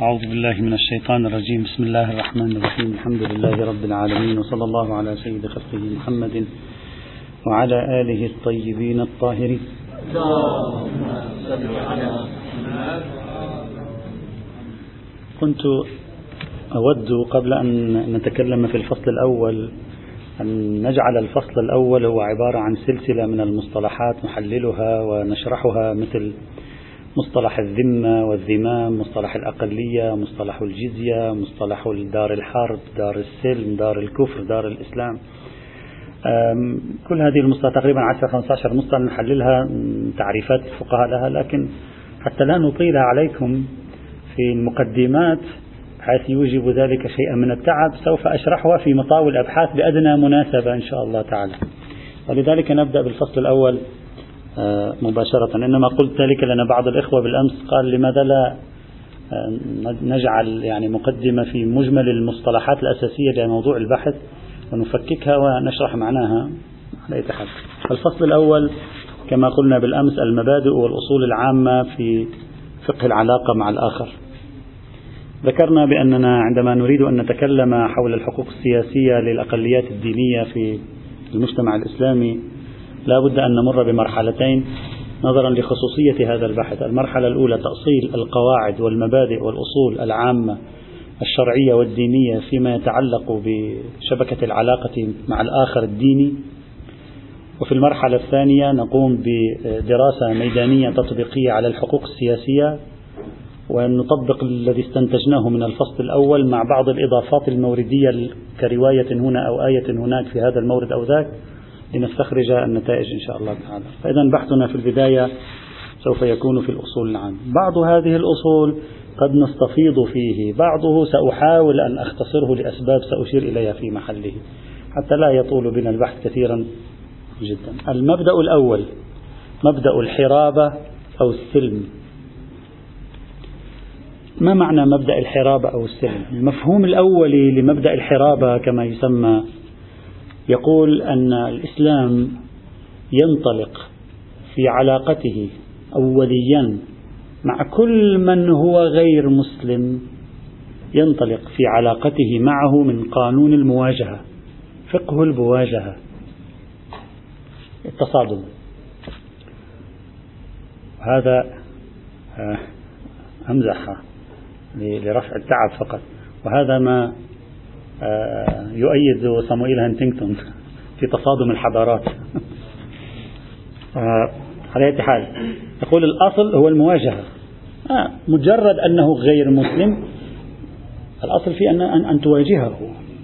أعوذ بالله من الشيطان الرجيم. بسم الله الرحمن الرحيم. الحمد لله رب العالمين، وصلى الله على سيد خلقه محمد وعلى آله الطيبين الطاهرين. كنت أود قبل أن نتكلم في الفصل الأول أن نجعل الفصل الأول هو عبارة عن سلسلة من المصطلحات نحللها ونشرحها، مثل مصطلح الذمة والذمام، مصطلح الأقلية، مصطلح الجزية، مصطلح دار الحرب، دار السلم، دار الكفر، دار الإسلام. كل هذه المصطلحات تقريبا 10-15 مصطلح نحللها، تعريفات الفقهاء لها، لكن حتى لا نطيل عليكم في المقدمات حيث يوجب ذلك شيئا من التعب، سوف أشرحها في مطاول الأبحاث بأدنى مناسبة إن شاء الله تعالى. ولذلك نبدأ بالفصل الأول مباشرة. إنما قلت ذلك لأن بعض الإخوة بالأمس قال لماذا لا نجعل مقدمة في مجمل المصطلحات الأساسية لموضوع البحث ونفككها ونشرح معناها على أي حال. الفصل الأول كما قلنا بالأمس المبادئ والأصول العامة في فقه العلاقة مع الآخر. ذكرنا بأننا عندما نريد أن نتكلم حول الحقوق السياسية للأقليات الدينية في المجتمع الإسلامي لا بد أن نمر بمرحلتين نظرا لخصوصية هذا البحث. المرحلة الأولى تأصيل القواعد والمبادئ والأصول العامة الشرعية والدينية فيما يتعلق بشبكة العلاقة مع الآخر الديني، وفي المرحلة الثانية نقوم بدراسة ميدانية تطبيقية على الحقوق السياسية، ونطبق الذي استنتجناه من الفصل الأول مع بعض الإضافات الموردية كرواية هنا أو آية هناك في هذا المورد أو ذاك لنستخرج النتائج إن شاء الله تعالى. فإذا بحثنا في البداية سوف يكون في الأصول العامة. بعض هذه الأصول قد نستفيض فيه، بعضه سأحاول أن أختصره لأسباب سأشير إليها في محله حتى لا يطول بنا البحث كثيرا جدا. المبدأ الأول مبدأ الحرابة أو السلم. ما معنى مبدأ الحرابة أو السلم؟ المفهوم الأولي لمبدأ الحرابة كما يسمى يقول أن الإسلام ينطلق في علاقته أوليا مع كل من هو غير مسلم، ينطلق في علاقته معه من قانون المواجهة، فقه المواجهة، التصادم. هذا أمزح لرفع التعب فقط، وهذا ما يؤيد صامويل هانتينغتون في تصادم الحضارات. على أي حال يقول الأصل هو المواجهة، مجرد أنه غير مسلم الأصل في أن تواجهه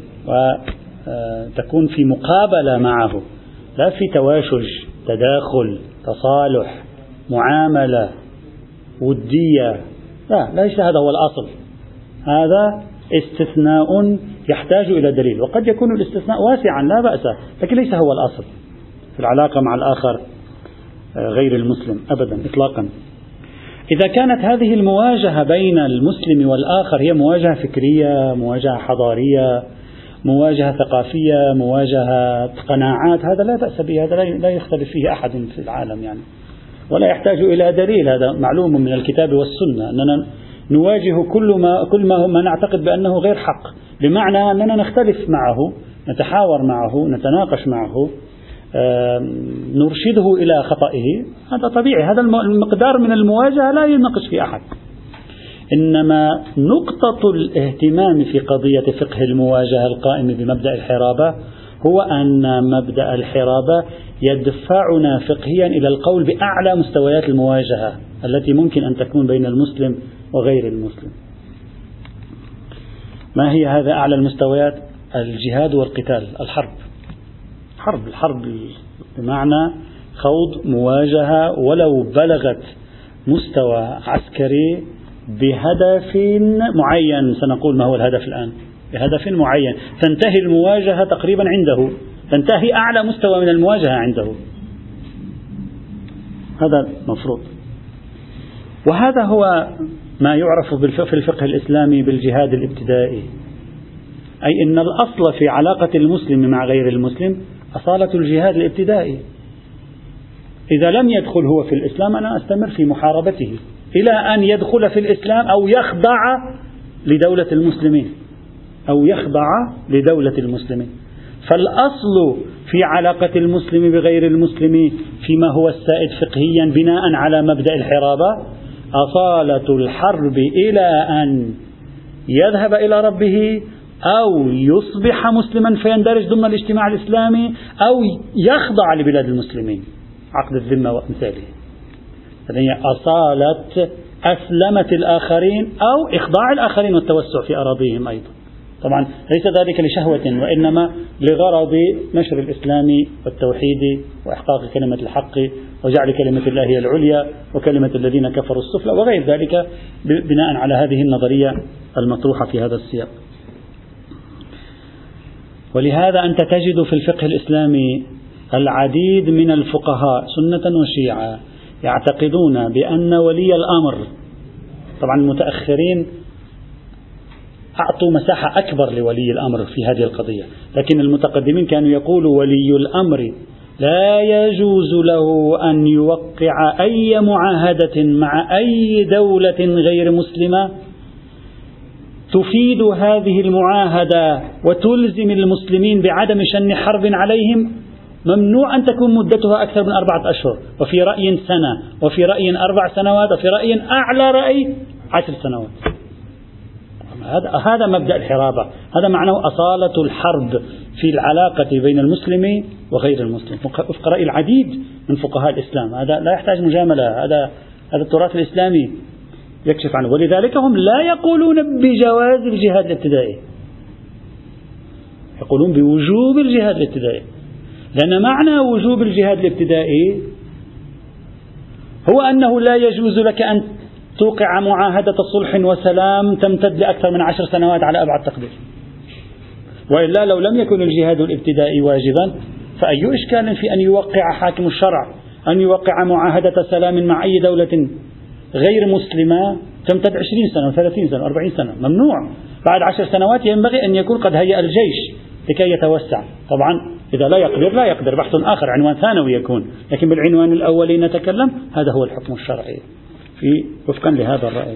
وتكون في مقابلة معه، لا في تواشج، تداخل، تصالح، معاملة ودية، لا ليس هذا هو الأصل. هذا استثناء يحتاج إلى دليل، وقد يكون الاستثناء واسعا لا بأس، لكن ليس هو الأصل في العلاقة مع الآخر غير المسلم أبدا إطلاقا. إذا كانت هذه المواجهة بين المسلم والآخر هي مواجهة فكرية، مواجهة حضارية، مواجهة ثقافية، مواجهة قناعات، هذا لا بأس به، هذا لا يختلف فيه أحد في العالم ولا يحتاج إلى دليل. هذا معلوم من الكتاب والسنة أننا نواجه كل ما نعتقد بأنه غير حق، بمعنى أننا نختلف معه، نتحاور معه، نتناقش معه، نرشده إلى خطئه، هذا طبيعي. هذا المقدار من المواجهة لا يناقش في أحد. إنما نقطة الاهتمام في قضية فقه المواجهة القائم بمبدأ الحرابة هو أن مبدأ الحرابة يدفعنا فقهيا إلى القول بأعلى مستويات المواجهة التي ممكن أن تكون بين المسلم وغير المسلم. ما هي هذا أعلى المستويات؟ الجهاد والقتال، الحرب بمعنى خوض مواجهة ولو بلغت مستوى عسكري بهدف معين. سنقول ما هو الهدف الآن. بهدف معين تنتهي المواجهة تقريبا عنده، تنتهي أعلى مستوى من المواجهة عنده، هذا مفروض. وهذا هو ما يعرف في الفقه الإسلامي بالجهاد الابتدائي، أي أن الأصل في علاقة المسلم مع غير المسلم أصالة الجهاد الابتدائي. إذا لم يدخل هو في الإسلام أنا أستمر في محاربته إلى أن يدخل في الإسلام أو يخضع لدولة المسلمين أو يخضع لدولة المسلمين. فالأصل في علاقة المسلم بغير المسلم فيما هو السائد فقهيا بناء على مبدأ الحرابة أصالة الحرب إلى أن يذهب إلى ربه أو يصبح مسلما فيندرج ضمن الاجتماع الإسلامي أو يخضع لبلاد المسلمين، عقد الذمة وأمثاله. هذه أصالة أسلمة الآخرين أو إخضاع الآخرين والتوسع في أراضيهم أيضا. طبعا ليس ذلك لشهوة وإنما لغرض نشر الإسلام والتوحيد وإحقاق كلمة الحق وجعل كلمة الله هي العليا وكلمة الذين كفروا السفلى وغير ذلك بناء على هذه النظرية المطروحة في هذا السياق. ولهذا أنت تجد في الفقه الإسلامي العديد من الفقهاء سنة وشيعة يعتقدون بأن ولي الأمر، طبعا المتأخرين أعطوا مساحة أكبر لولي الأمر في هذه القضية، لكن المتقدمين كانوا يقولوا ولي الأمر لا يجوز له أن يوقع أي معاهدة مع أي دولة غير مسلمة تفيد هذه المعاهدة وتلزم المسلمين بعدم شن حرب عليهم. ممنوع أن تكون مدتها أكثر من 4 أشهر، وفي رأي سنة، وفي رأي 4 سنوات، وفي رأي أعلى رأي 10 سنوات. هذا مبدأ الحرابة، هذا معناه أصالة الحرب في العلاقة بين المسلم وغير المسلم وفق رأي العديد من فقهاء الإسلام. هذا لا يحتاج مجاملة، هذا التراث الإسلامي يكشف عنه. ولذلك هم لا يقولون بجواز الجهاد الابتدائي، يقولون بوجوب الجهاد الابتدائي، لأن معنى وجوب الجهاد الابتدائي هو أنه لا يجوز لك أن توقع معاهدة صلح وسلام تمتد لأكثر من 10 سنوات على أبعد تقدير، وإلا لو لم يكن الجهاد الابتدائي واجبا فأي إشكال في أن يوقع حاكم الشرع أن يوقع معاهدة سلام مع أي دولة غير مسلمة تمتد 20 سنة و30 سنة و40 سنة؟ ممنوع. بعد 10 سنوات ينبغي أن يكون قد هيأ الجيش لكي يتوسع. طبعا إذا لا يقدر بحث آخر، عنوان ثانوي يكون، لكن بالعنوان الأولي نتكلم. هذا هو الحكم الشرعي وفقا لهذا الرأي.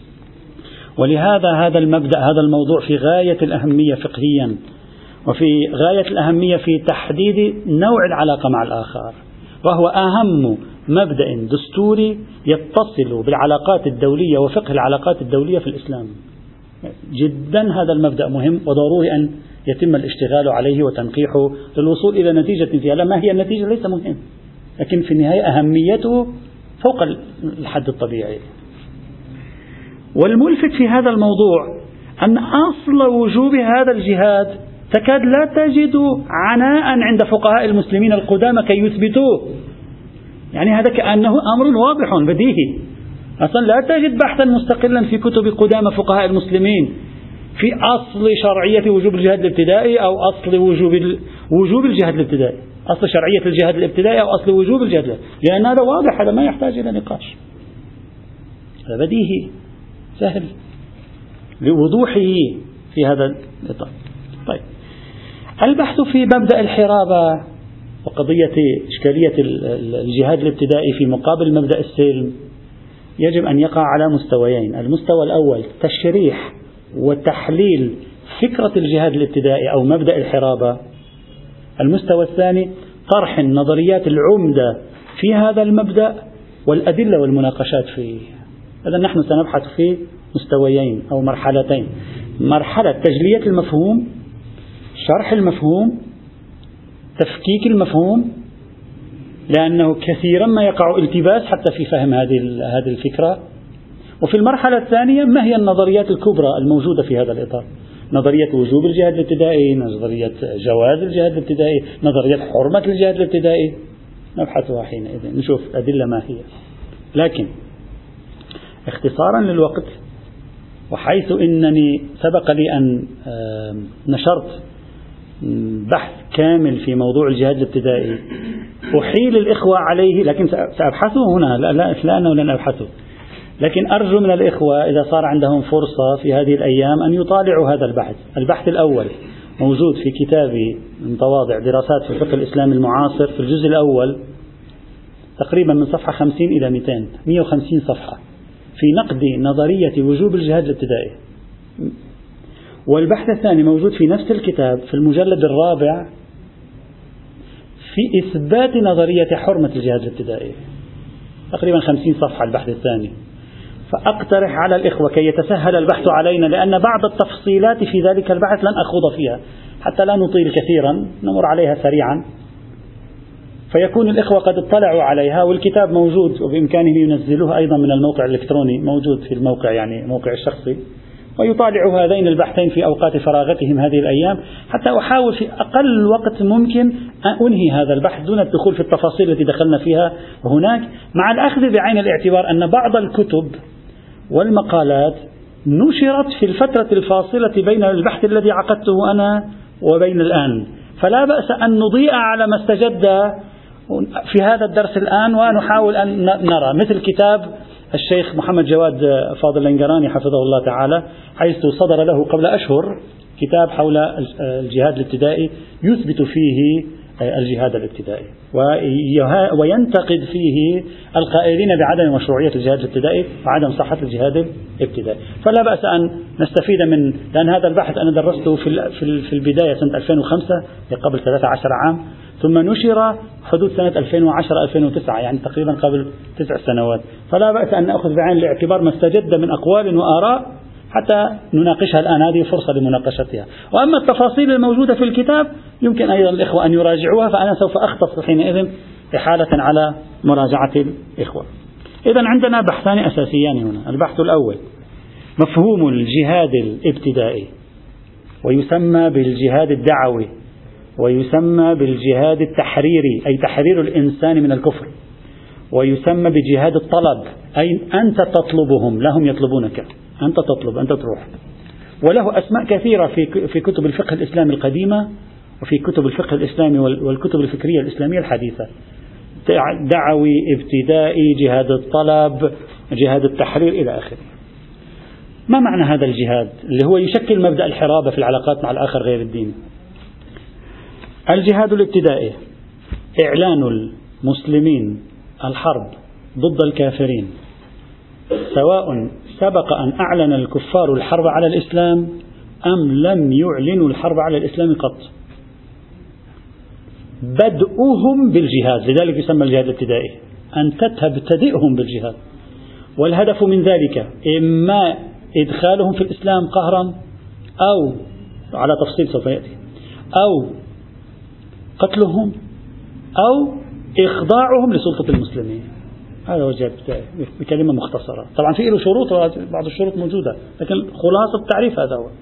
ولهذا هذا المبدأ، هذا الموضوع في غاية الأهمية فقهيا، وفي غاية الأهمية في تحديد نوع العلاقة مع الآخر، وهو أهم مبدأ دستوري يتصل بالعلاقات الدولية وفقه العلاقات الدولية في الإسلام. جدا هذا المبدأ مهم وضروري أن يتم الاشتغال عليه وتنقيحه للوصول إلى نتيجة فيها. ما هي النتيجة ليس مهم، لكن في النهاية أهميته فوق الحد الطبيعي. والملفت في هذا الموضوع أن أصل وجوب هذا الجهاد تكاد لا تجد عناء عند فقهاء المسلمين القدامى كي يثبتوه. يعني هذا كأنه أمر واضح بديهي، أصلا لا تجد بحثا مستقلا في كتب قدامى فقهاء المسلمين في أصل شرعية وجوب الجهاد الابتدائي أو أصل وجوب الجهاد الابتدائي، أصل شرعية الجهاد الابتدائي أو أصل وجوب الجهاد الابتدائي، لأن هذا واضح، هذا ما يحتاج إلى نقاش، هذا بديهي سهل لوضوحه في هذا الإطار. طيب، البحث في مبدأ الحرابة وقضية إشكالية الجهاد الابتدائي في مقابل مبدأ السلم يجب أن يقع على مستويين. المستوى الأول تشريح وتحليل فكرة الجهاد الابتدائي أو مبدأ الحرابة. المستوى الثاني طرح النظريات العمدة في هذا المبدأ والأدلة والمناقشات فيه. إذا نحن سنبحث في مستويين أو مرحلتين: مرحلة تجلية المفهوم، شرح المفهوم، تفكيك المفهوم، لأنه كثيرا ما يقع التباس حتى في فهم هذه الفكرة. وفي المرحلة الثانية ما هي النظريات الكبرى الموجودة في هذا الإطار: نظرية وجوب الجهاد الابتدائي، نظرية جواز الجهاد الابتدائي، نظرية حرمة الجهاد الابتدائي، نبحثها حينئذ نشوف أدلة ما هي. لكن اختصارا للوقت، وحيث إنني سبق لي أن نشرت بحث كامل في موضوع الجهاد الابتدائي أحيل الإخوة عليه، لكن سأبحثه هنا، لا أنه لن أبحثه، لكن أرجو من الإخوة إذا صار عندهم فرصة في هذه الأيام أن يطالعوا هذا البحث. البحث الأول موجود في كتابي متواضع دراسات في الفقه الإسلامي المعاصر، في الجزء الأول تقريبا من صفحة 50 إلى 150 صفحة، في نقد نظرية وجوب الجهاد الابتدائي والبحث الثاني موجود في نفس الكتاب في المجلد الرابع في إثبات نظرية حرمة الجهاد الابتدائي، تقريبا 50 صفحة البحث الثاني. فأقترح على الإخوة كي يتسهل البحث علينا، لأن بعض التفصيلات في ذلك البحث لن أخوض فيها حتى لا نطيل كثيرا، نمر عليها سريعا، فيكون الإخوة قد اطلعوا عليها، والكتاب موجود وبإمكانهم ينزلوه أيضا من الموقع الإلكتروني، موجود في الموقع يعني موقع الشخصي، ويطالعوا هذين البحثين في أوقات فراغتهم هذه الأيام، حتى أحاول في أقل وقت ممكن أن أنهي هذا البحث دون الدخول في التفاصيل التي دخلنا فيها هناك، مع الأخذ بعين الاعتبار أن بعض الكتب والمقالات نشرت في الفترة الفاصلة بين البحث الذي عقدته أنا وبين الآن، فلا بأس أن نضيء على ما استجد في هذا الدرس الآن، ونحاول أن نرى مثل كتاب الشيخ محمد جواد فاضل العنقراني حفظه الله تعالى، حيث صدر له قبل أشهر كتاب حول الجهاد الابتدائي يثبت فيه الجهاد الابتدائي وينتقد فيه القائلين بعدم مشروعية الجهاد الابتدائي وعدم صحة الجهاد الابتدائي. فلا بأس أن نستفيد من، لأن هذا البحث أنا درسته في البداية سنة 2005 قبل 13 عام، ثم نشر حدود سنة 2010-2009 يعني تقريبا قبل 9 سنوات، فلا بأس أن نأخذ بعين الاعتبار ما استجد من أقوال وآراء حتى نناقشها الآن، هذه فرصة لمناقشتها. وأما التفاصيل الموجودة في الكتاب يمكن أيضا الإخوة أن يراجعوها، فأنا سوف أختص حينئذ إحالة على مراجعة الإخوة. إذا عندنا بحثان أساسيان هنا. البحث الأول مفهوم الجهاد الابتدائي، ويسمى بالجهاد الدعوي، ويسمى بالجهاد التحريري أي تحرير الإنسان من الكفر، ويسمى بجهاد الطلب أي أنت تطلبهم لا هم يطلبونك، أنت تطلب، أنت تروح. وله أسماء كثيرة في كتب الفقه الإسلامي القديمة وفي كتب الفقه الإسلامي والكتب الفكرية الإسلامية الحديثة: دعوي، ابتدائي، جهاد الطلب، جهاد التحرير إلى آخره. ما معنى هذا الجهاد اللي هو يشكل مبدأ الحرابة في العلاقات مع الآخر غير الدين؟ الجهاد الابتدائي إعلان المسلمين الحرب ضد الكافرين، سواء سبق أن أعلن الكفار الحرب على الإسلام أم لم يعلنوا الحرب على الإسلام قط. بدؤهم بالجهاد، لذلك يسمى الجهاد الابتدائي، أنت تبتدئهم بالجهاد، والهدف من ذلك إما إدخالهم في الإسلام قهرا، أو على تفصيل سوف يأتي، أو قتلهم، أو إخضاعهم لسلطة المسلمين. هذا هو الجهاد الابتدائي بكلمة مختصرة. طبعا في له شروط، بعض الشروط موجودة، لكن خلاصة التعريف هذا هو.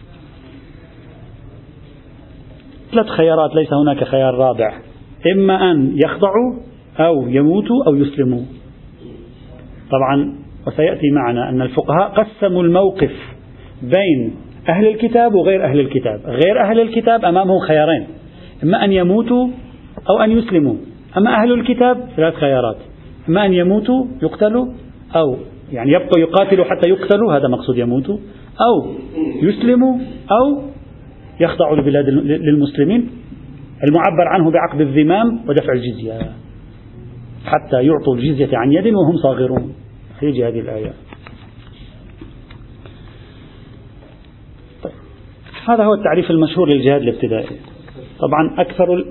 3 خيارات، ليس هناك خيار رابع: إما أن يخضعوا أو يموتوا أو يسلموا. طبعا وسيأتي معنا أن الفقهاء قسموا الموقف بين أهل الكتاب وغير أهل الكتاب. غير أهل الكتاب أمامهم خيارين: إما أن يموتوا أو أن يسلموا. أما أهل الكتاب 3 خيارات: إما أن يموتوا يقتلوا، أو يعني يبقوا يقاتلوا حتى يقتلوا، هذا مقصود يموتوا، أو يسلموا، أو يخضعوا للمسلمين المعبر عنه بعقد الذمام ودفع الجزية حتى يعطوا الجزية عن يد وهم صاغرون. هيجي هذه الآية. طيب. هذا هو التعريف المشهور للجهاد الابتدائي. طبعا أكثر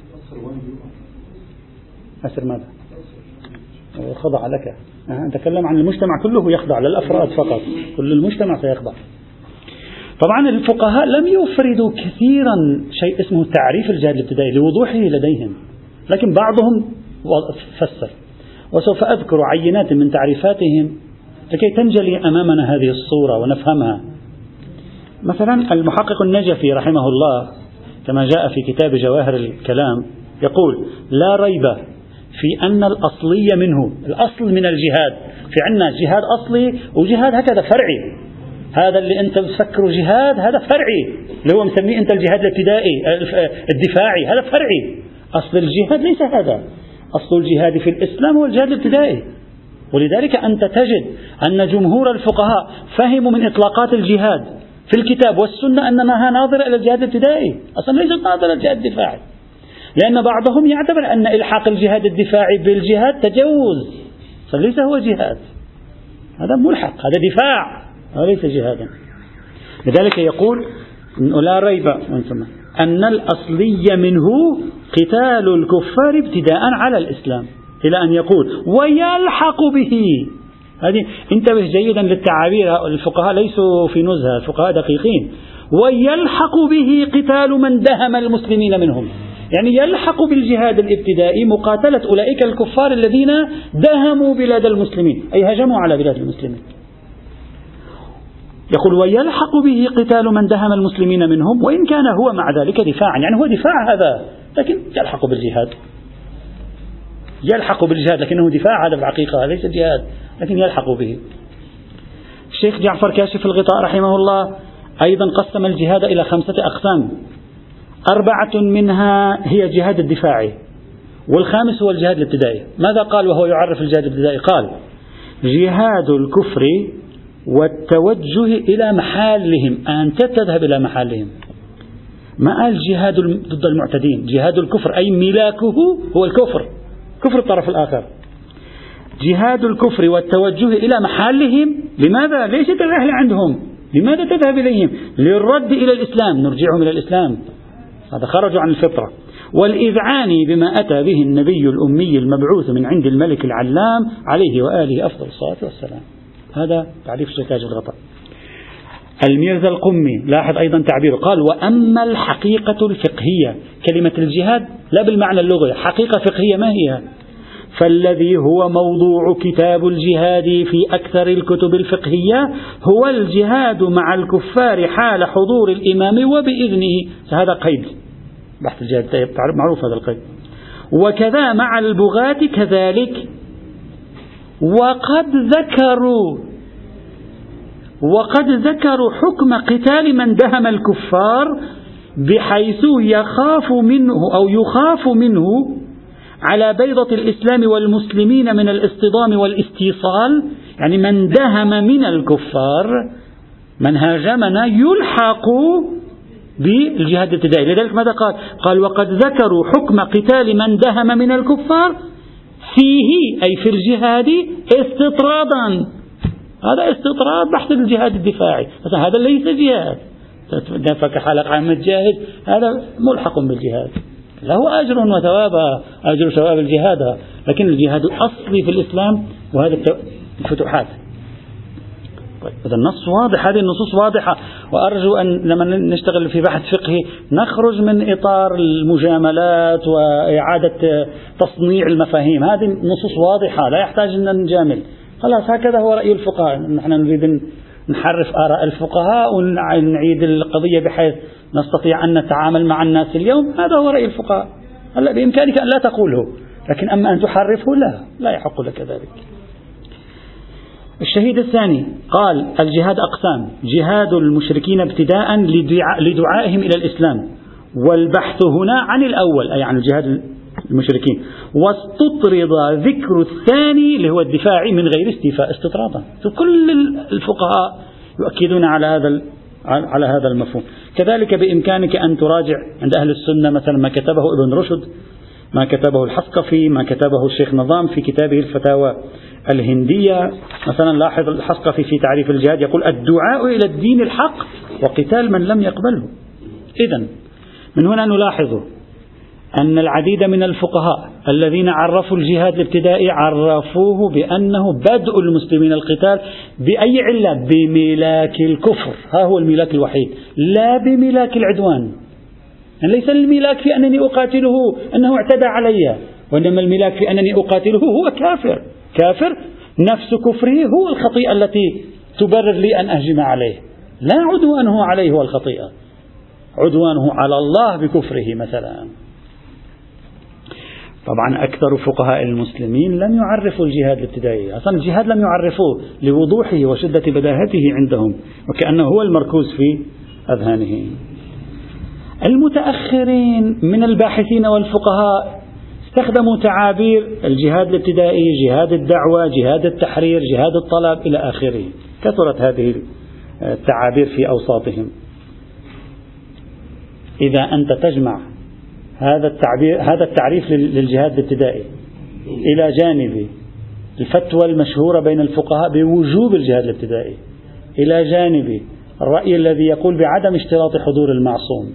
أسر ماذا؟ خضع لك. نتكلم عن المجتمع كله يخضع، للأفراد فقط، كل المجتمع سيخضع. طبعا الفقهاء لم يفردوا كثيرا شيء اسمه تعريف الجهاد الابتدائي لوضوحه لديهم، لكن بعضهم فسر، وسوف أذكر عينات من تعريفاتهم لكي تنجلي أمامنا هذه الصورة ونفهمها. مثلا المحقق النجفي رحمه الله كما جاء في كتاب جواهر الكلام يقول: لا ريب في أن الأصلية منه، الأصل من الجهاد، في عندنا جهاد أصلي وجهاد هكذا فرعي. هذا اللي أنت بتفكره جهاد هذا فرعي، اللي هو مسميه أنت الجهاد الابتدائي الدفاعي، هذا فرعي. أصل الجهاد ليس هذا، أصل الجهاد في الإسلام هو الجهاد الابتدائي. ولذلك أنت تجد أن جمهور الفقهاء فهموا من إطلاقات الجهاد في الكتاب والسنة أنها ناظرة إلى الجهاد الابتدائي، أصلا ليست ناظرة إلى الجهاد الدفاعي، لأن بعضهم يعتبر أن إلحاق الجهاد الدفاعي بالجهاد تجوز، فليس هو جهاد، هذا ملحق، هذا دفاع، هذا ليس جهادا. لذلك يقول لا ريب أن الأصلي منه قتال الكفار ابتداء على الإسلام، إلى أن يقول ويلحق به. هذه انتبه جيدا للتعابير، الفقهاء ليسوا في نزهة، الفقهاء دقيقين. ويلحق به قتال من دهم المسلمين منهم، يعني يلحق بالجهاد الابتدائي مقاتلة أولئك الكفار الذين دهموا بلاد المسلمين، أي هجموا على بلاد المسلمين. يقول ويلحق به قتال من دهم المسلمين منهم، وإن كان هو مع ذلك دفاعا، يعني هو دفاع هذا، لكن يلحق بالجهاد، يلحق بالجهاد لكنه دفاع، هذا في الحقيقة ليس جهاد، لكن يلحق به. الشيخ جعفر كاشف الغطاء رحمه الله أيضا قسم الجهاد إلى 5 أقسام، 4 منها هي الجهاد الدفاعي، والخامس هو الجهاد الابتدائي. ماذا قال وهو يعرف الجهاد الابتدائي؟ قال جهاد الكفر والتوجه إلى محلهم، أنت تذهب إلى محلهم. ما قال جهاد ضد المعتدين، جهاد الكفر أي ملاكه هو الكفر، كفر الطرف الآخر. جهاد الكفر والتوجه إلى محلهم، لماذا؟ ليش الرحلة عندهم؟ لماذا تذهب إليهم؟ للرد إلى الإسلام، نرجعهم إلى الإسلام، هذا خرجوا عن الفطرة. والإذعان بما أتى به النبي الأمي المبعوث من عند الملك العلام عليه وآله أفضل الصلاة والسلام. هذا تعريف الشيخ كاشف الغطاء. الميرزا القمي لاحظ أيضا تعبيره، قال وأما الحقيقة الفقهية، كلمة الجهاد لا بالمعنى اللغوي، حقيقة فقهية ما هي؟ فالذي هو موضوع كتاب الجهاد في أكثر الكتب الفقهية هو الجهاد مع الكفار حال حضور الإمام وبإذنه. هذا قيد بحث الجهاد، معروف هذا القيد. وكذا مع البغاة كذلك. وقد ذكروا حكم قتال من دهم الكفار بحيث يخاف منه على بيضة الإسلام والمسلمين من الاصطدام والاستيصال، يعني من دهم من الكفار، من هاجمنا يلحق بالجهاد الابتدائي. لذلك ماذا قال؟ قال وقد ذكروا حكم قتال من دهم من الكفار فيه، أي في الجهاد استطرادا. هذا استطراد بحث الجهاد الدفاعي، هذا ليس جهاد. دفك حلق عام الجاهد هذا ملحق بالجهاد، له أجر وثواب، أجر ثواب الجهاد، لكن الجهاد الأصلي في الإسلام وهذا الفتوحات. هذا النص واضح، هذه النصوص واضحة، وأرجو أن لما نشتغل في بحث فقهي نخرج من إطار المجاملات وإعادة تصنيع المفاهيم. هذه النصوص واضحة لا يحتاج أن نجامل، خلاص هكذا هو رأي الفقهاء. نحن نريد نحرف آراء الفقهاء ونعيد القضية بحيث نستطيع أن نتعامل مع الناس اليوم، هذا هو رأي الفقهاء. هلا بإمكانك أن لا تقوله، لكن أما أن تحرفه لا يحق لك ذلك. الشهيد الثاني قال الجهاد أقسام: جهاد المشركين ابتداء لدعائهم إلى الإسلام، والبحث هنا عن الأول أي عن الجهاد المشركين، واستطرد ذكر الثاني اللي هو الدفاع من غير استيفاء استطرادا. كل الفقهاء يؤكدون على هذا المفهوم. كذلك بإمكانك أن تراجع عند أهل السنة مثلا ما كتبه ابن رشد، ما كتبه الحصقفي، ما كتبه الشيخ نظام في كتابه الفتاوى الهندية. مثلا لاحظ الحصقفي في تعريف الجهاد يقول الدعاء إلى الدين الحق وقتال من لم يقبله. إذن من هنا نلاحظ أن العديد من الفقهاء الذين عرفوا الجهاد الابتدائي عرفوه بأنه بدء المسلمين القتال بأي علة؟ بملاك الكفر، ها هو الملاك الوحيد، لا بملاك العدوان. يعني ليس الملاك في أنني أقاتله أنه اعتدى علي، وإنما الملاك في أنني أقاتله هو كافر نفس كفره هو الخطيئة التي تبرر لي أن أهجم عليه، لا عدوانه عليه هو الخطيئة، عدوانه على الله بكفره مثلا. طبعا أكثر فقهاء المسلمين لم يعرفوا الجهاد الابتدائي، أصلا الجهاد لم يعرفوه لوضوحه وشدة بداهته عندهم، وكأنه هو المركوز في أذهانهم. المتأخرين من الباحثين والفقهاء استخدموا تعابير الجهاد الابتدائي، جهاد الدعوة، جهاد التحرير، جهاد الطلب إلى آخره. كثرت هذه التعابير في أوساطهم. إذا أنت تجمع هذا التعريف للجهاد الابتدائي إلى جانب الفتوى المشهورة بين الفقهاء بوجوب الجهاد الابتدائي، إلى جانب الرأي الذي يقول بعدم اشتراط حضور المعصوم،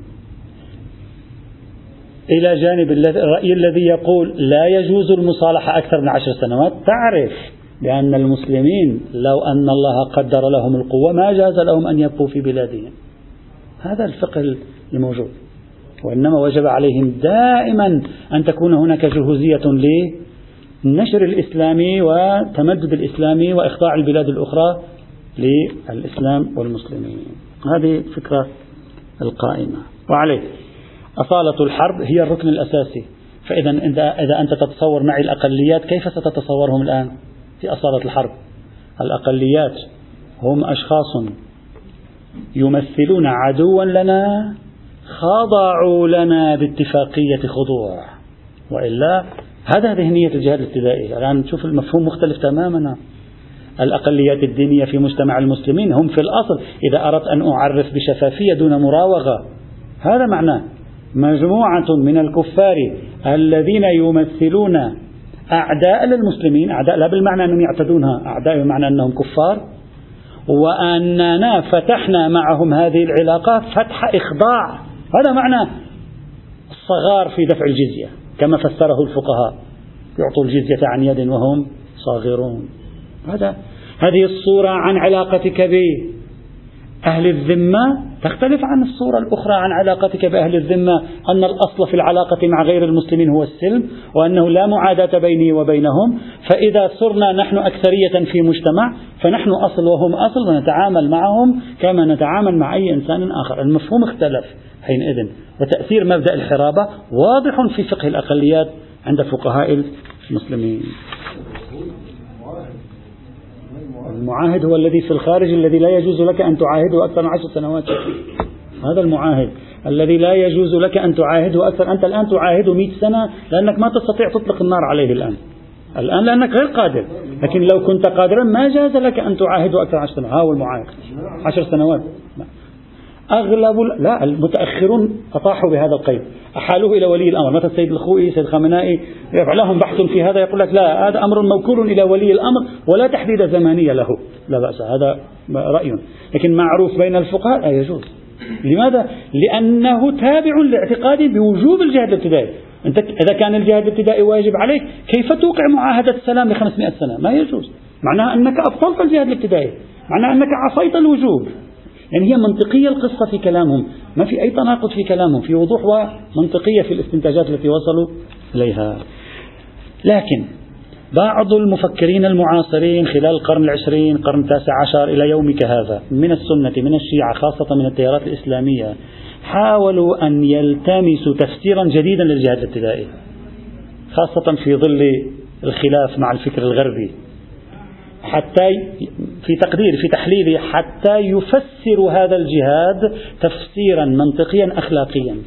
إلى جانب الرأي الذي يقول لا يجوز المصالحة أكثر من 10 سنوات، تعرف بأن المسلمين لو أن الله قدر لهم القوة ما جاز لهم أن يبقوا في بلادهم. هذا الفقه الموجود، وإنما وجب عليهم دائما أن تكون هناك جهوزية للنشر الإسلامي وتمدد الإسلامي وإخضاع البلاد الأخرى للإسلام والمسلمين. هذه الفكرة القائمة، وعليه أصالة الحرب هي الركن الأساسي. فإذا إذا أنت تتصور معي الأقليات، كيف ستتصورهم الآن في أصالة الحرب؟ الأقليات هم أشخاص يمثلون عدوا لنا خضعوا لنا باتفاقية خضوع، وإلا هذا ذهنية الجهاد الابتدائي. الآن نشوف المفهوم مختلف تماما. الأقليات الدينية في مجتمع المسلمين هم في الأصل، إذا أردت أن أعرف بشفافية دون مراوغة، هذا معناه مجموعة من الكفار الذين يمثلون أعداء للمسلمين، أعداء لا بالمعنى أنهم يعتدونها، أعداء بمعنى أنهم كفار، وأننا فتحنا معهم هذه العلاقات فتح إخضاع. هذا معنى الصغار في دفع الجزية كما فسره الفقهاء، يعطوا الجزية عن يد وهم صاغرون. هذه الصورة عن علاقتك بأهل الذمة تختلف عن الصورة الأخرى عن علاقتك بأهل الذمة، أن الأصل في العلاقة مع غير المسلمين هو السلم، وأنه لا معاداة بيني وبينهم، فإذا صرنا نحن أكثرية في مجتمع فنحن أصل وهم أصل، ونتعامل معهم كما نتعامل مع أي إنسان آخر. المفهوم اختلف حينئذ، وتأثير مبدأ الحرابة واضح في فقه الأقليات عند فقهاء المسلمين. المعاهد هو الذي في الخارج الذي لا يجوز لك أن تعاهده أكثر من 10 سنوات. هذا المعاهد الذي لا يجوز لك أن تعاهده أكثر. أنت الآن تعاهده 100 سنة لأنك ما تستطيع تطلق النار عليه الآن لأنك غير قادر، لكن لو كنت قادرا ما جاز لك أن تعاهده أكثر من 10 سنوات. هو المعاهد 10 سنوات. أغلب المتأخرون أطاحوا بهذا القيد، أحالوه إلى ولي الأمر. مثل السيد الخوئي، سيد خامنائي، لهم بحث في هذا، يقول لك لا، هذا أمر موكول إلى ولي الأمر ولا تحديد زمانية له، لا بأس، هذا رأي، لكن معروف بين الفقهاء لا يجوز. لماذا؟ لأنه تابع لاعتقاد بوجوب الجهاد الابتدائي. أنت إذا كان الجهاد الابتدائي واجب عليك، كيف توقع معاهدة السلام ل500 سنة؟ ما يجوز. معناها أنك أبطلت الجهاد الابتدائي، معناها أنك عصيت الوجوب. يعني هي منطقية القصة في كلامهم، ما في أي تناقض في كلامهم، في وضوح ومنطقية في الاستنتاجات التي وصلوا إليها. لكن بعض المفكرين المعاصرين خلال القرن العشرين، القرن 19 إلى يومك هذا، من السنة من الشيعة خاصة من التيارات الإسلامية، حاولوا أن يلتمسوا تفسيرا جديدا للجهاد الابتدائي، خاصة في ظل الخلاف مع الفكر الغربي، حتى في تقدير في تحليله حتى يفسر هذا الجهاد تفسيرا منطقيا أخلاقيا.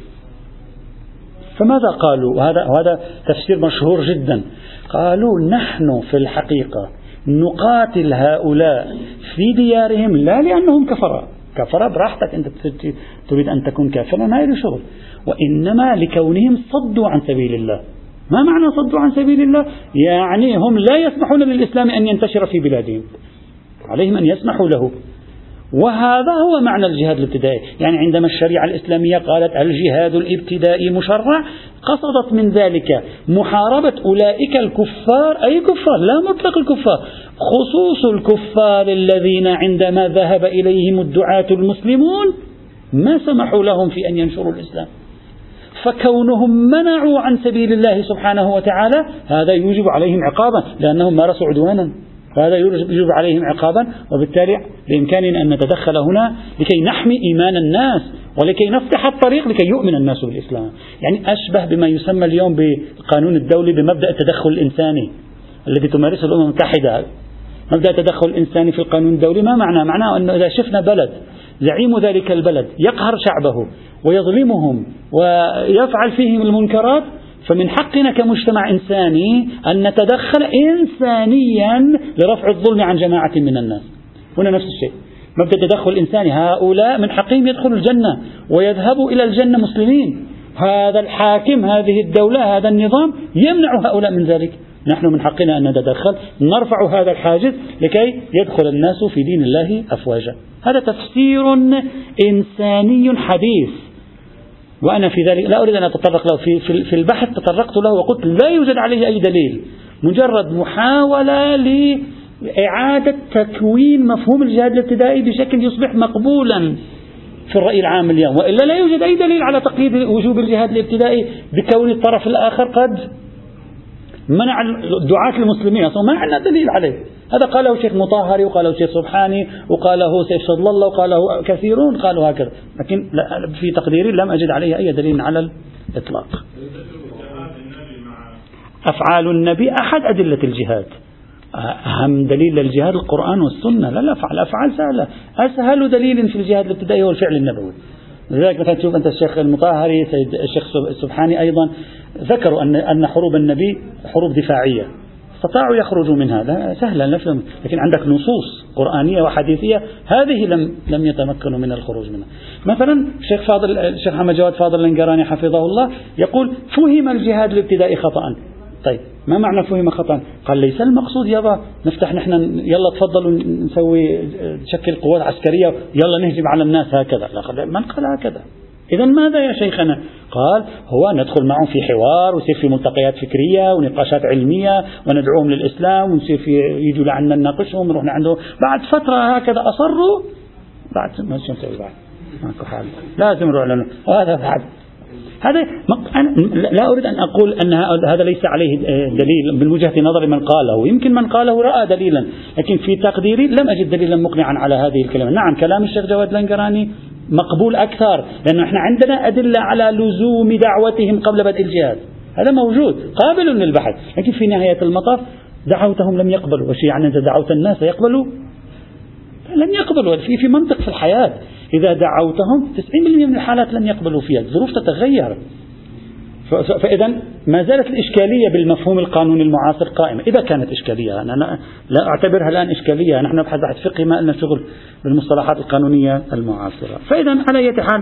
فماذا قالوا؟ وهذا تفسير مشهور جدا. قالوا نحن في الحقيقة نقاتل هؤلاء في ديارهم لا لأنهم كفرة براحتك، أنت تريد أن تكون كافرا ما له شغل، وإنما لكونهم صدوا عن سبيل الله. ما معنى صدوا عن سبيل الله؟ يعني هم لا يسمحون للإسلام أن ينتشر في بلادهم، عليهم أن يسمحوا له. وهذا هو معنى الجهاد الابتدائي. يعني عندما الشريعة الإسلامية قالت الجهاد الابتدائي مشرع، قصدت من ذلك محاربة أولئك الكفار، أي كفار، لا مطلق الكفار، خصوص الكفار الذين عندما ذهب إليهم الدعاة المسلمون ما سمحوا لهم في أن ينشروا الإسلام. فكونهم منعوا عن سبيل الله سبحانه وتعالى هذا يوجب عليهم عقابا، لأنهم مارسوا عدوانا، هذا يوجب عليهم عقابا. وبالتالي بإمكاننا أن نتدخل هنا لكي نحمي إيمان الناس ولكي نفتح الطريق لكي يؤمن الناس بالإسلام. يعني أشبه بما يسمى اليوم بالقانون الدولي بمبدأ التدخل الإنساني الذي تمارسه الأمم المتحدة. مبدأ التدخل الإنساني في القانون الدولي ما معناه؟ معناه أنه إذا شفنا بلد زعيم ذلك البلد يقهر شعبه ويظلمهم ويفعل فيهم المنكرات، فمن حقنا كمجتمع إنساني أن نتدخل إنسانيا لرفع الظلم عن جماعة من الناس. هنا نفس الشيء، مبدأ التدخل الإنساني. هؤلاء من حقهم يدخلوا الجنة ويذهبوا إلى الجنة مسلمين، هذا الحاكم، هذه الدولة، هذا النظام يمنع هؤلاء من ذلك. نحن من حقنا أن نتدخل، نرفع هذا الحاجز لكي يدخل الناس في دين الله أفواجا. هذا تفسير إنساني حديث، وأنا في ذلك لا أريد أن أتطرق له. في البحث تطرقت له وقلت لا يوجد عليه أي دليل، مجرد محاولة لإعادة تكوين مفهوم الجهاد الابتدائي بشكل يصبح مقبولا في الرأي العام اليوم، وإلا لا يوجد أي دليل على تقييد وجوب الجهاد الابتدائي بكون الطرف الآخر قد منع الدعاة المسلمين. أصلا ما عندنا دليل عليه. هذا قاله شيخ مطهري وقاله شيخ سبحاني وقاله سيف صدل الله وقاله كثيرون قالوا هكذا، لكن في تقديري لم أجد عليه أي دليل على الإطلاق. أفعال النبي أحد أدلة الجهاد. أهم دليل للجهاد القرآن والسنة. لا أفعال سهلة. أسهل دليل في الجهاد الابتدائي هو الفعل النبوي. لذلك مثلا تشوف أنت الشيخ المطهري الشيخ السبحاني أيضا ذكروا أن حروب النبي حروب دفاعية، استطاعوا يخرجوا منها. لا سهلا نفهم، لكن عندك نصوص قرآنية وحديثية هذه لم يتمكنوا من الخروج منها. مثلا الشيخ محمد جواد فاضل النقراني حفظه الله يقول فهم الجهاد الابتدائي خطأ. طيب ما معنى فهم خطأ؟ قال ليس المقصود يلا نفتح نحن يلا تفضلوا نشكل قوات عسكرية يلا نهجم على الناس هكذا. لا، من قال هكذا؟ إذا ماذا يا شيخنا؟ قال هو ندخل معهم في حوار ويصير في ملتقيات فكرية ونقاشات علمية وندعوهم للإسلام ونصير في يجوا لعنا نناقشهم ونروح عنده. بعد فترة هكذا أصروا، بعد ما شو نسوي بعد؟ ماكو حال، لازم نروح لهم. وهذا بعد هذا لا أريد أن أقول أن هذا ليس عليه دليل من وجهة نظر من قاله، يمكن من قاله رأى دليلا، لكن في تقديري لم أجد دليلا مقنعا على هذه الكلمة. نعم كلام الشيخ جواد النقراني مقبول أكثر، لأنه إحنا عندنا أدلة على لزوم دعوتهم قبل بدء الجهاد، هذا موجود قابل للبحث، لكن في نهاية المطاف دعوتهم لم يقبلوا. وش يعني أنت دعوت الناس يقبلوا؟ لن يقبلوا. في منطق في الحياة، إذا دعوتهم 90% من الحالات لن يقبلوا فيها، الظروف تتغير. فإذا ما زالت الإشكالية بالمفهوم القانوني المعاصر قائمة، إذا كانت إشكالية. أنا لا أعتبرها الآن إشكالية، نحن نبحث بحث فقهي ما لنا شغل بالمصطلحات القانونية المعاصرة. فإذا على أي حال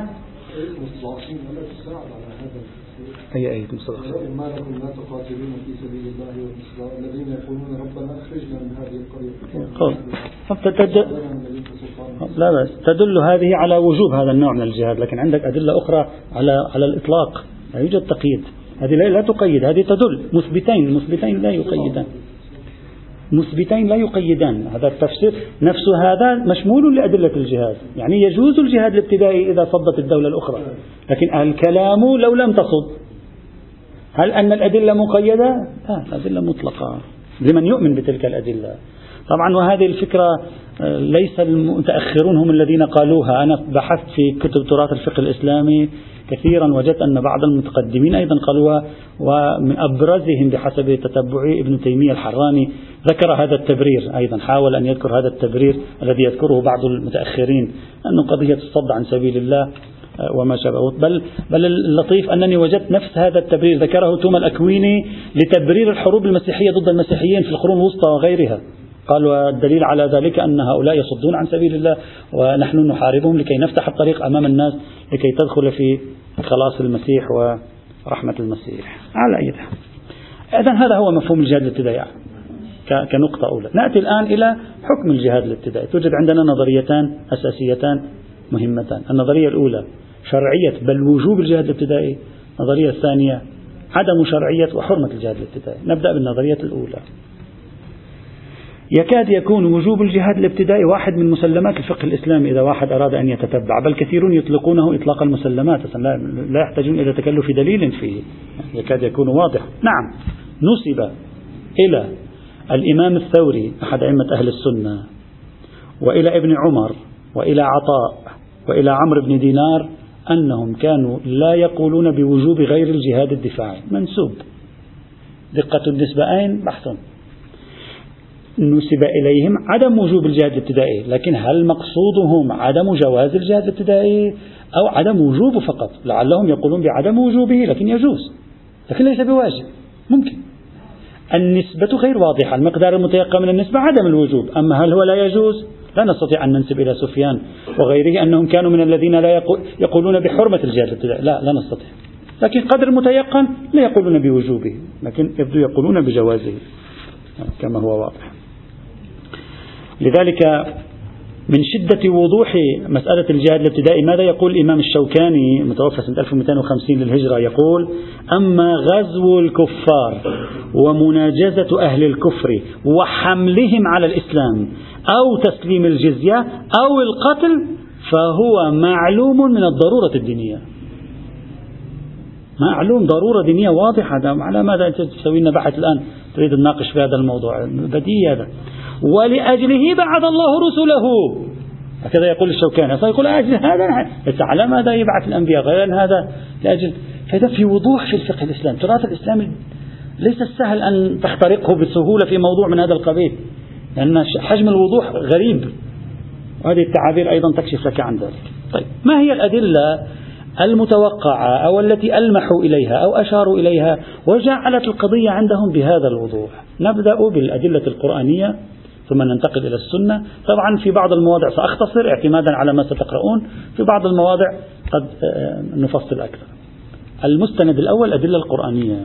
أي مصطلح ما لكم لا تقاتلون في سبيل الله والإسلام الذين يقولون ربنا أخرجنا من هذه القرية. لا بس تدل هذه على وجوب هذا النوع من الجهاد، لكن عندك أدلة أخرى على الإطلاق، لا يوجد تقييد. هذه لا تقيد، هذه تدل مثبتين لا يقيدان، مثبتين لا يقيدان. هذا التفسير نفس هذا مشمول لأدلة الجهاد، يعني يجوز الجهاد الابتدائي إذا صدت الدولة الأخرى، لكن الكلام لو لم تصد. هل أن الأدلة مقيدة؟ لا، الأدلة مطلقة لمن يؤمن بتلك الأدلة. طبعا وهذه الفكرة ليس المتأخرون هم الذين قالوها. أنا بحثت في كتب تراث الفقه الإسلامي كثيرا، وجدت أن بعض المتقدمين أيضا قالوها، ومن أبرزهم بحسب تتبعي ابن تيمية الحراني ذكر هذا التبرير أيضا، حاول أن يذكر هذا التبرير الذي يذكره بعض المتأخرين أنه قضية الصد عن سبيل الله وما شابه. بل اللطيف أنني وجدت نفس هذا التبرير ذكره توما الأكويني لتبرير الحروب المسيحية ضد المسيحيين في القرون الوسطى وغيرها. قال والدليل على ذلك أن هؤلاء يصدون عن سبيل الله ونحن نحاربهم لكي نفتح الطريق أمام الناس لكي تدخل في خلاص المسيح ورحمة المسيح. على أي حال إذن هذا هو مفهوم الجهاد الابتدائي كنقطة أولى. نأتي الآن إلى حكم الجهاد الابتدائي. توجد عندنا نظريتان أساسيتان مهمتان. النظرية الأولى شرعية بل وجوب الجهاد الابتدائي. النظرية الثانية عدم شرعية وحرمة الجهاد الابتدائي. نبدأ بالنظرية الأولى. يكاد يكون وجوب الجهاد الابتدائي واحد من مسلمات الفقه الإسلامي إذا واحد أراد أن يتتبع، بل كثيرون يطلقونه إطلاق المسلمات، لا يحتاجون إلى تكلف دليل فيه، يكاد يكون واضح. نعم نسب إلى الإمام الثوري أحد أئمة أهل السنة وإلى ابن عمر وإلى عطاء وإلى عمرو بن دينار أنهم كانوا لا يقولون بوجوب غير الجهاد الدفاعي. منسوب، دقة النسبتين بحث. نسب إليهم عدم وجوب الجهاد الابتدائي، لكن هل مقصودهم عدم جواز الجهاد الابتدائي أو عدم وجوبه فقط؟ لعلهم يقولون بعدم وجوبه لكن يجوز، لكن ليس بواجب، ممكن. النسبة غير واضحة، المقدار المتيقن من النسبة عدم الوجوب، أما هل هو لا يجوز؟ لا نستطيع أن ننسب إلى سفيان وغيره أنهم كانوا من الذين لا يقولون بحرمة الجهاد الابتدائي، لا نستطيع. لكن قدر متيقن لا يقولون بوجوبه، لكن يبدو يقولون بجوازه كما هو واضح. لذلك من شدة وضوح مسألة الجهاد الابتدائي ماذا يقول الإمام الشوكاني المتوفى سنة 1250 للهجرة؟ يقول: أما غزو الكفار ومناجزة أهل الكفر وحملهم على الإسلام أو تسليم الجزية أو القتل فهو معلوم من الضرورة الدينية. معلوم ضرورة دينية واضحة. على ماذا أنت تسوي لنا بحث الآن تريد الناقش في هذا الموضوع؟ بديهي هذا. ولأجله بعث الله رسله، هكذا يقول الشوكاني. يقول أجل هذا على ماذا يبعث الأنبياء غير هذا؟ لأجل فإذا في وضوح في الفقه الإسلامي. التراث الإسلامي ليس السهل أن تخترقه بسهولة في موضوع من هذا القبيل، لأن حجم الوضوح غريب، وهذه التعابير أيضا تكشف لك عن ذلك. طيب، ما هي الأدلة المتوقعة أو التي ألمحوا إليها أو أشاروا إليها وجعلت القضية عندهم بهذا الوضوح؟ نبدأ بالأدلة القرآنية ثم ننتقل إلى السنة. طبعا في بعض المواضع سأختصر اعتمادا على ما ستقرؤون، في بعض المواضع قد نفصل أكثر. المستند الأول الأدلة القرآنية.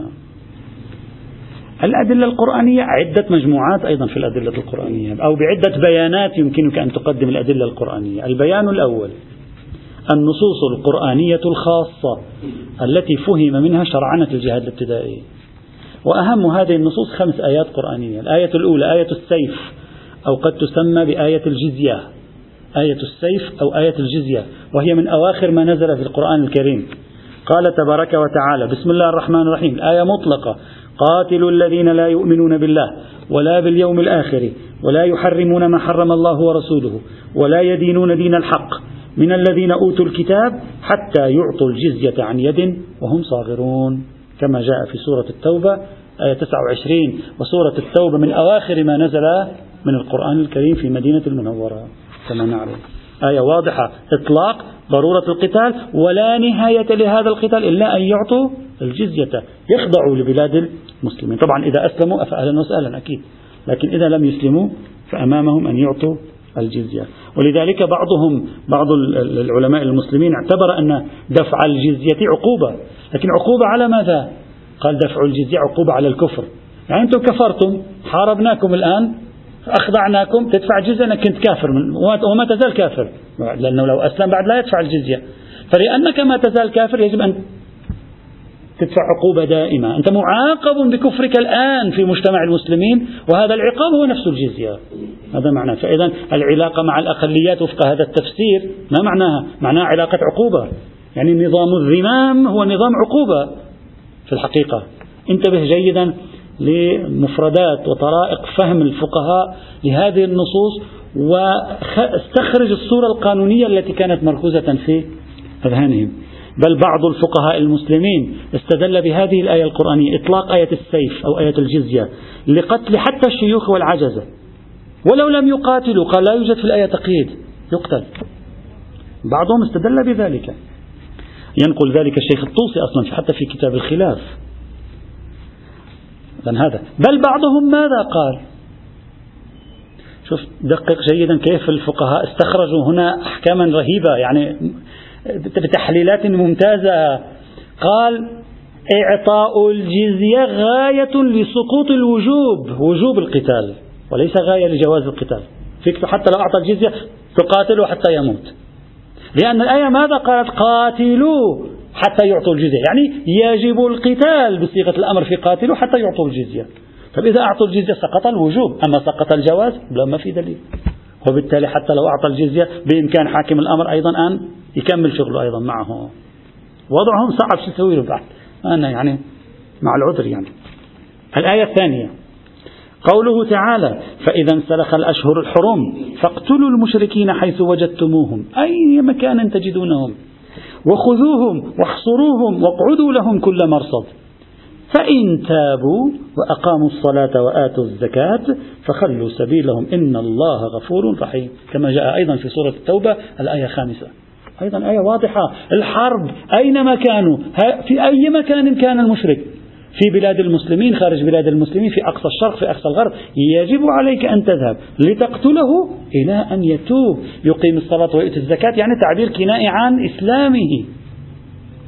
الأدلة القرآنية عدة مجموعات أيضا في الأدلة القرآنية، أو بعدة بيانات يمكنك أن تقدم الأدلة القرآنية. البيان الأول النصوص القرآنية الخاصة التي فهم منها شرعنة الجهاد الابتدائي، وأهم هذه النصوص 5 آيات قرآنية. الآية الأولى آية السيف، أو قد تسمى بآية الجزية، آية السيف أو آية الجزية، وهي من أواخر ما نزل في القرآن الكريم. قال تبارك وتعالى: بسم الله الرحمن الرحيم. الآية مطلقة: قاتلوا الذين لا يؤمنون بالله ولا باليوم الآخر ولا يحرمون ما حرم الله ورسوله ولا يدينون دين الحق من الذين أوتوا الكتاب حتى يعطوا الجزية عن يد وهم صاغرون، كما جاء في سورة التوبة آية 29. وسورة التوبة من أواخر ما نزل من القرآن الكريم في مدينة المنورة كما نعرف. آية واضحة، إطلاق ضرورة القتال ولا نهاية لهذا القتال إلا أن يعطوا الجزية، يخضعوا لبلاد المسلمين. طبعا إذا أسلموا فأهلا وسهلا أكيد، لكن إذا لم يسلموا فأمامهم أن يعطوا الجزية. ولذلك بعض العلماء المسلمين اعتبر أن دفع الجزية عقوبة، لكن عقوبة على ماذا؟ قال دفع الجزية عقوبة على الكفر. يعني أنتم كفرتم، حاربناكم الآن، أخضعناكم، تدفع جزية أنك كنت كافر وما تزال كافر، لأنه لو أسلم بعد لا يدفع الجزية. فلأنك ما تزال كافر يجب أن تدفع عقوبة دائمة. أنت معاقب بكفرك الآن في مجتمع المسلمين، وهذا العقاب هو نفس الجزية. هذا معناه. فإذا العلاقة مع الأقليات وفق هذا التفسير ما معناها؟ معناها علاقة عقوبة. يعني نظام الذمام هو نظام عقوبة في الحقيقة. انتبه جيدا لمفردات وطرائق فهم الفقهاء لهذه النصوص، واستخرج الصورة القانونية التي كانت مركوزة في أذهانهم. بل بعض الفقهاء المسلمين استدل بهذه الآية القرآنية إطلاق آية السيف أو آية الجزية لقتل حتى الشيوخ والعجزة، ولو لم يقاتلوا قال لا يوجد في الآية تقييد، يقتل. بعضهم استدل بذلك، ينقل ذلك الشيخ الطوسي أصلا حتى في كتاب الخلاف. هذا بل بعضهم ماذا قال؟ شوف دقق جيدا كيف الفقهاء استخرجوا هنا أحكاما رهيبة، يعني بتحليلات ممتازة. قال إعطاء الجزية غاية لسقوط الوجوب، وجوب القتال، وليس غاية لجواز القتال. فيك حتى لو أعطى الجزية تقاتله حتى يموت، لأن الآية ماذا قالت؟ قاتلوا حتى يعطوا الجزية، يعني يجب القتال بصيغة الأمر في قاتلوا حتى يعطوا الجزية. طيب إذا أعطوا الجزية سقط الوجوب، أما سقط الجواز لا، ما في دليل. وبالتالي حتى لو أعطى الجزية بإمكان حاكم الأمر أيضا أن يكمل شغله أيضا معه. وضعهم صعب، شو يسوي له بعد؟ أنا يعني مع العذر. يعني الآية الثانية قوله تعالى: فإذا انسلخ الأشهر الحرم فاقتلوا المشركين حيث وجدتموهم أي مكان تجدونهم وخذوهم واحصروهم واقعدوا لهم كل مرصد فإن تابوا وأقاموا الصلاة وآتوا الزكاة فخلوا سبيلهم إن الله غفور رحيم، كما جاء أيضا في سورة التوبة الآية 5. أيضا آية واضحة. الحرب أينما كانوا، في أي مكان كان المشرك، في بلاد المسلمين، خارج بلاد المسلمين، في أقصى الشرق، في أقصى الغرب، يجب عليك أن تذهب لتقتله إلى أن يتوب، يقيم الصلاة ويؤتي الزكاة، يعني تعبير كنائي عن إسلامه.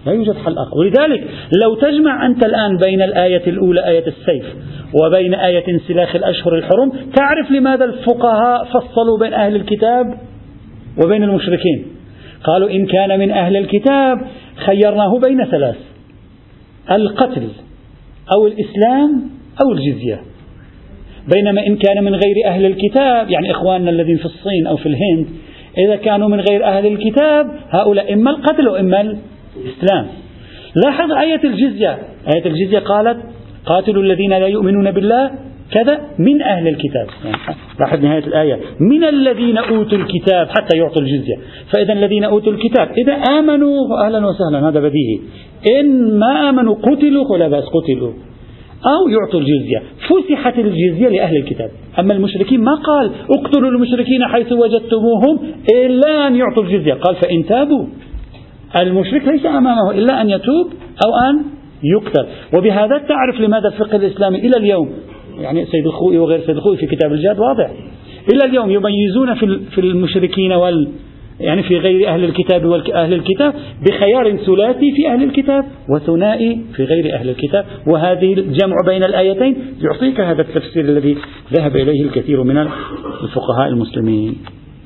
لا يوجد حل آخر. ولذلك لو تجمع أنت الآن بين الآية الأولى آية السيف وبين آية انسلاخ الأشهر الحرم تعرف لماذا الفقهاء فصلوا بين أهل الكتاب وبين المشركين. قالوا إن كان من أهل الكتاب خيرناه بين ثلاث: القتل أو الإسلام أو الجزية. بينما إن كان من غير أهل الكتاب، يعني إخواننا الذين في الصين أو في الهند، إذا كانوا من غير أهل الكتاب هؤلاء إما القتل وإما الإسلام. لاحظ آية الجزية، آية الجزية قالت قاتلوا الذين لا يؤمنون بالله كذا من أهل الكتاب، يعني لاحظ نهاية الآية من الذين أوتوا الكتاب حتى يعطوا الجزية. فإذا الذين أوتوا الكتاب إذا آمنوا أهلا وسهلا، هذا بديهي. إن ما آمنوا قتلوا فلا بأس، قتلوا أو يعطوا الجزية. فسحت الجزية لأهل الكتاب. أما المشركين ما قال اقتلوا المشركين حيث وجدتموهم إلا أن يعطوا الجزية، قال فإن تابوا. المشرك ليس أمامه إلا أن يتوب أو أن يقتل. وبهذا تعرف لماذا الفقه الإسلامي إلى اليوم، يعني سيد الخوئي وغير سيد الخوئي في كتاب الجهاد واضح، إلى اليوم يميزون في المشركين يعني في غير أهل الكتاب وأهل الكتاب بخيار ثلاثي في أهل الكتاب وثنائي في غير أهل الكتاب. وهذه الجمع بين الآيتين يعطيك هذا التفسير الذي ذهب إليه الكثير من الفقهاء المسلمين.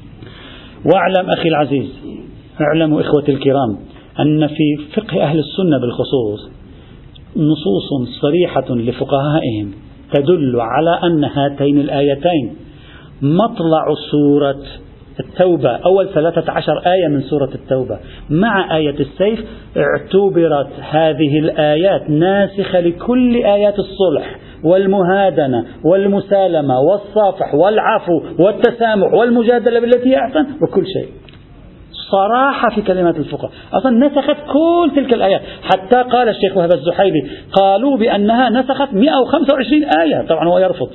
واعلم أخي العزيز، اعلموا إخوتي الكرام، أن في فقه أهل السنة بالخصوص نصوص صريحة لفقهائهم تدل على أن هاتين الآيتين مطلع سورة التوبة، أول 13 آية من سورة التوبة مع آية السيف، اعتبرت هذه الآيات ناسخة لكل آيات الصلح والمهادنة والمسالمة والصافح والعفو والتسامح والمجادلة بالتي هي أحسن وكل شيء. صراحة في كلمات الفقهاء أصلا نسخت كل تلك الآيات. حتى قال الشيخ وهب الزحيلي قالوا بأنها نسخت 125 آية، طبعا هو يرفض.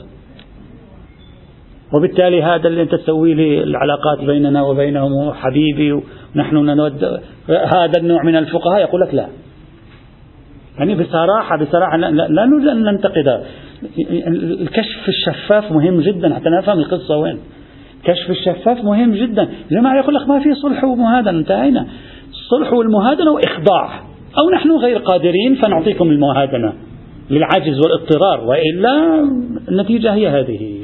وبالتالي هذا اللي أنت تسوي لي العلاقات بيننا وبينهم حبيبي ونحن نود هذا النوع من الفقهاء، يقول لك لا. يعني بصراحة لا نريد أن ننتقد. الكشف الشفاف مهم جدا حتى نفهم القصة وين. كشف الشفاف مهم جدا. جماعة يقول لك ما في صلح ومهادنة، انتهينا. الصلح والمهادنة وإخضاع، أو نحن غير قادرين فنعطيكم المهادنة للعجز والاضطرار، وإلا النتيجة هي هذه.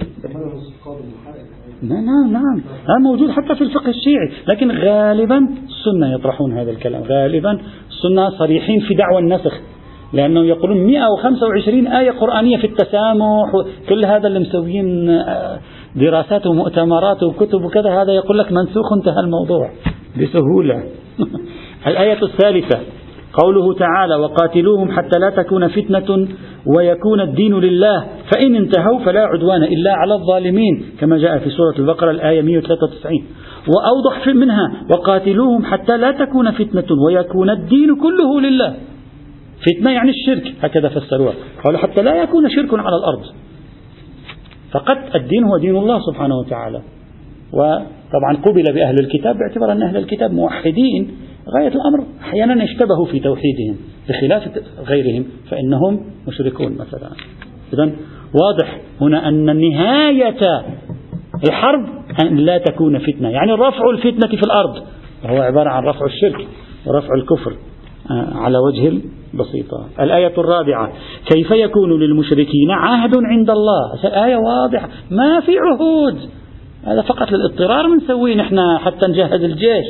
نعم هذا موجود حتى في الفقه الشيعي، لكن غالبا السنة يطرحون هذا الكلام. غالبا السنة صريحين في دعوى النسخ، لأنه يقولون 125 آية قرآنية في التسامح، كل هذا اللي مسويين دراسات ومؤتمرات وكتب وكذا، هذا يقول لك منسوخ، انتهى الموضوع بسهولة. الآية الثالثة قوله تعالى وقاتلوهم حتى لا تكون فتنة ويكون الدين لله فإن انتهوا فلا عدوان إلا على الظالمين، كما جاء في سورة البقرة الآية 193. وأوضح منها وقاتلوهم حتى لا تكون فتنة ويكون الدين كله لله. فتنة يعني الشرك، هكذا فسروها، قالوا حتى لا يكون شرك على الأرض، فقط الدين هو دين الله سبحانه وتعالى. وطبعا قبل بأهل الكتاب باعتبار أن أهل الكتاب موحدين غاية الأمر، أحيانا اشتبهوا في توحيدهم بخلاف غيرهم فإنهم مشركون مثلا. إذن واضح هنا أن نهاية الحرب أن لا تكون فتنة، يعني رفع الفتنة في الأرض، وهو عبارة عن رفع الشرك ورفع الكفر على وجه البسيطة. الآية الرابعة كيف يكون للمشركين عهد عند الله. آية واضحة، ما في عهود، هذا فقط للاضطرار منسويه نحن حتى نجهز الجيش.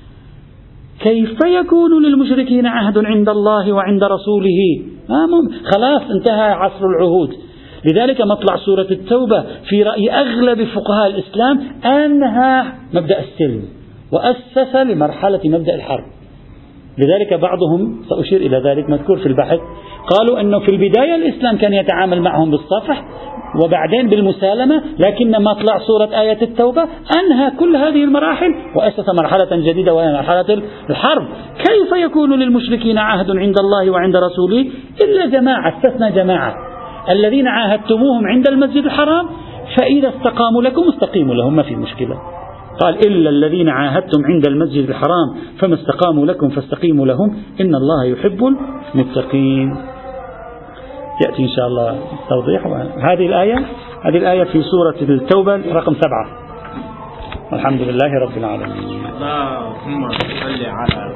كيف يكون للمشركين عهد عند الله وعند رسوله؟ خلاص انتهى عصر العهود. لذلك مطلع سورة التوبة في رأي أغلب فقهاء الإسلام أنها مبدأ السلم، وأسس لمرحلة مبدأ الحرب. لذلك بعضهم سأشير إلى ذلك مذكور في البحث، قالوا أنه في البداية الإسلام كان يتعامل معهم بالصفح وبعدين بالمسالمة، لكن مطلع سورة آية التوبة أنهى كل هذه المراحل وأسس مرحلة جديدة وهي مرحلة الحرب. كيف يكون للمشركين عهد عند الله وعند رسوله إلا جماعة، استثنى جماعة الذين عاهدتموهم عند المسجد الحرام فإذا استقاموا لكم استقيموا لهم، ما في مشكلة. قال إلا الذين عاهدتم عند المسجد الحرام فما استقاموا لكم فاستقيموا لهم إن الله يحب المتقين. يأتي إن شاء الله توضيح هذه الآية في سورة التوبة رقم 7. والحمد لله رب العالمين. اللهم صل على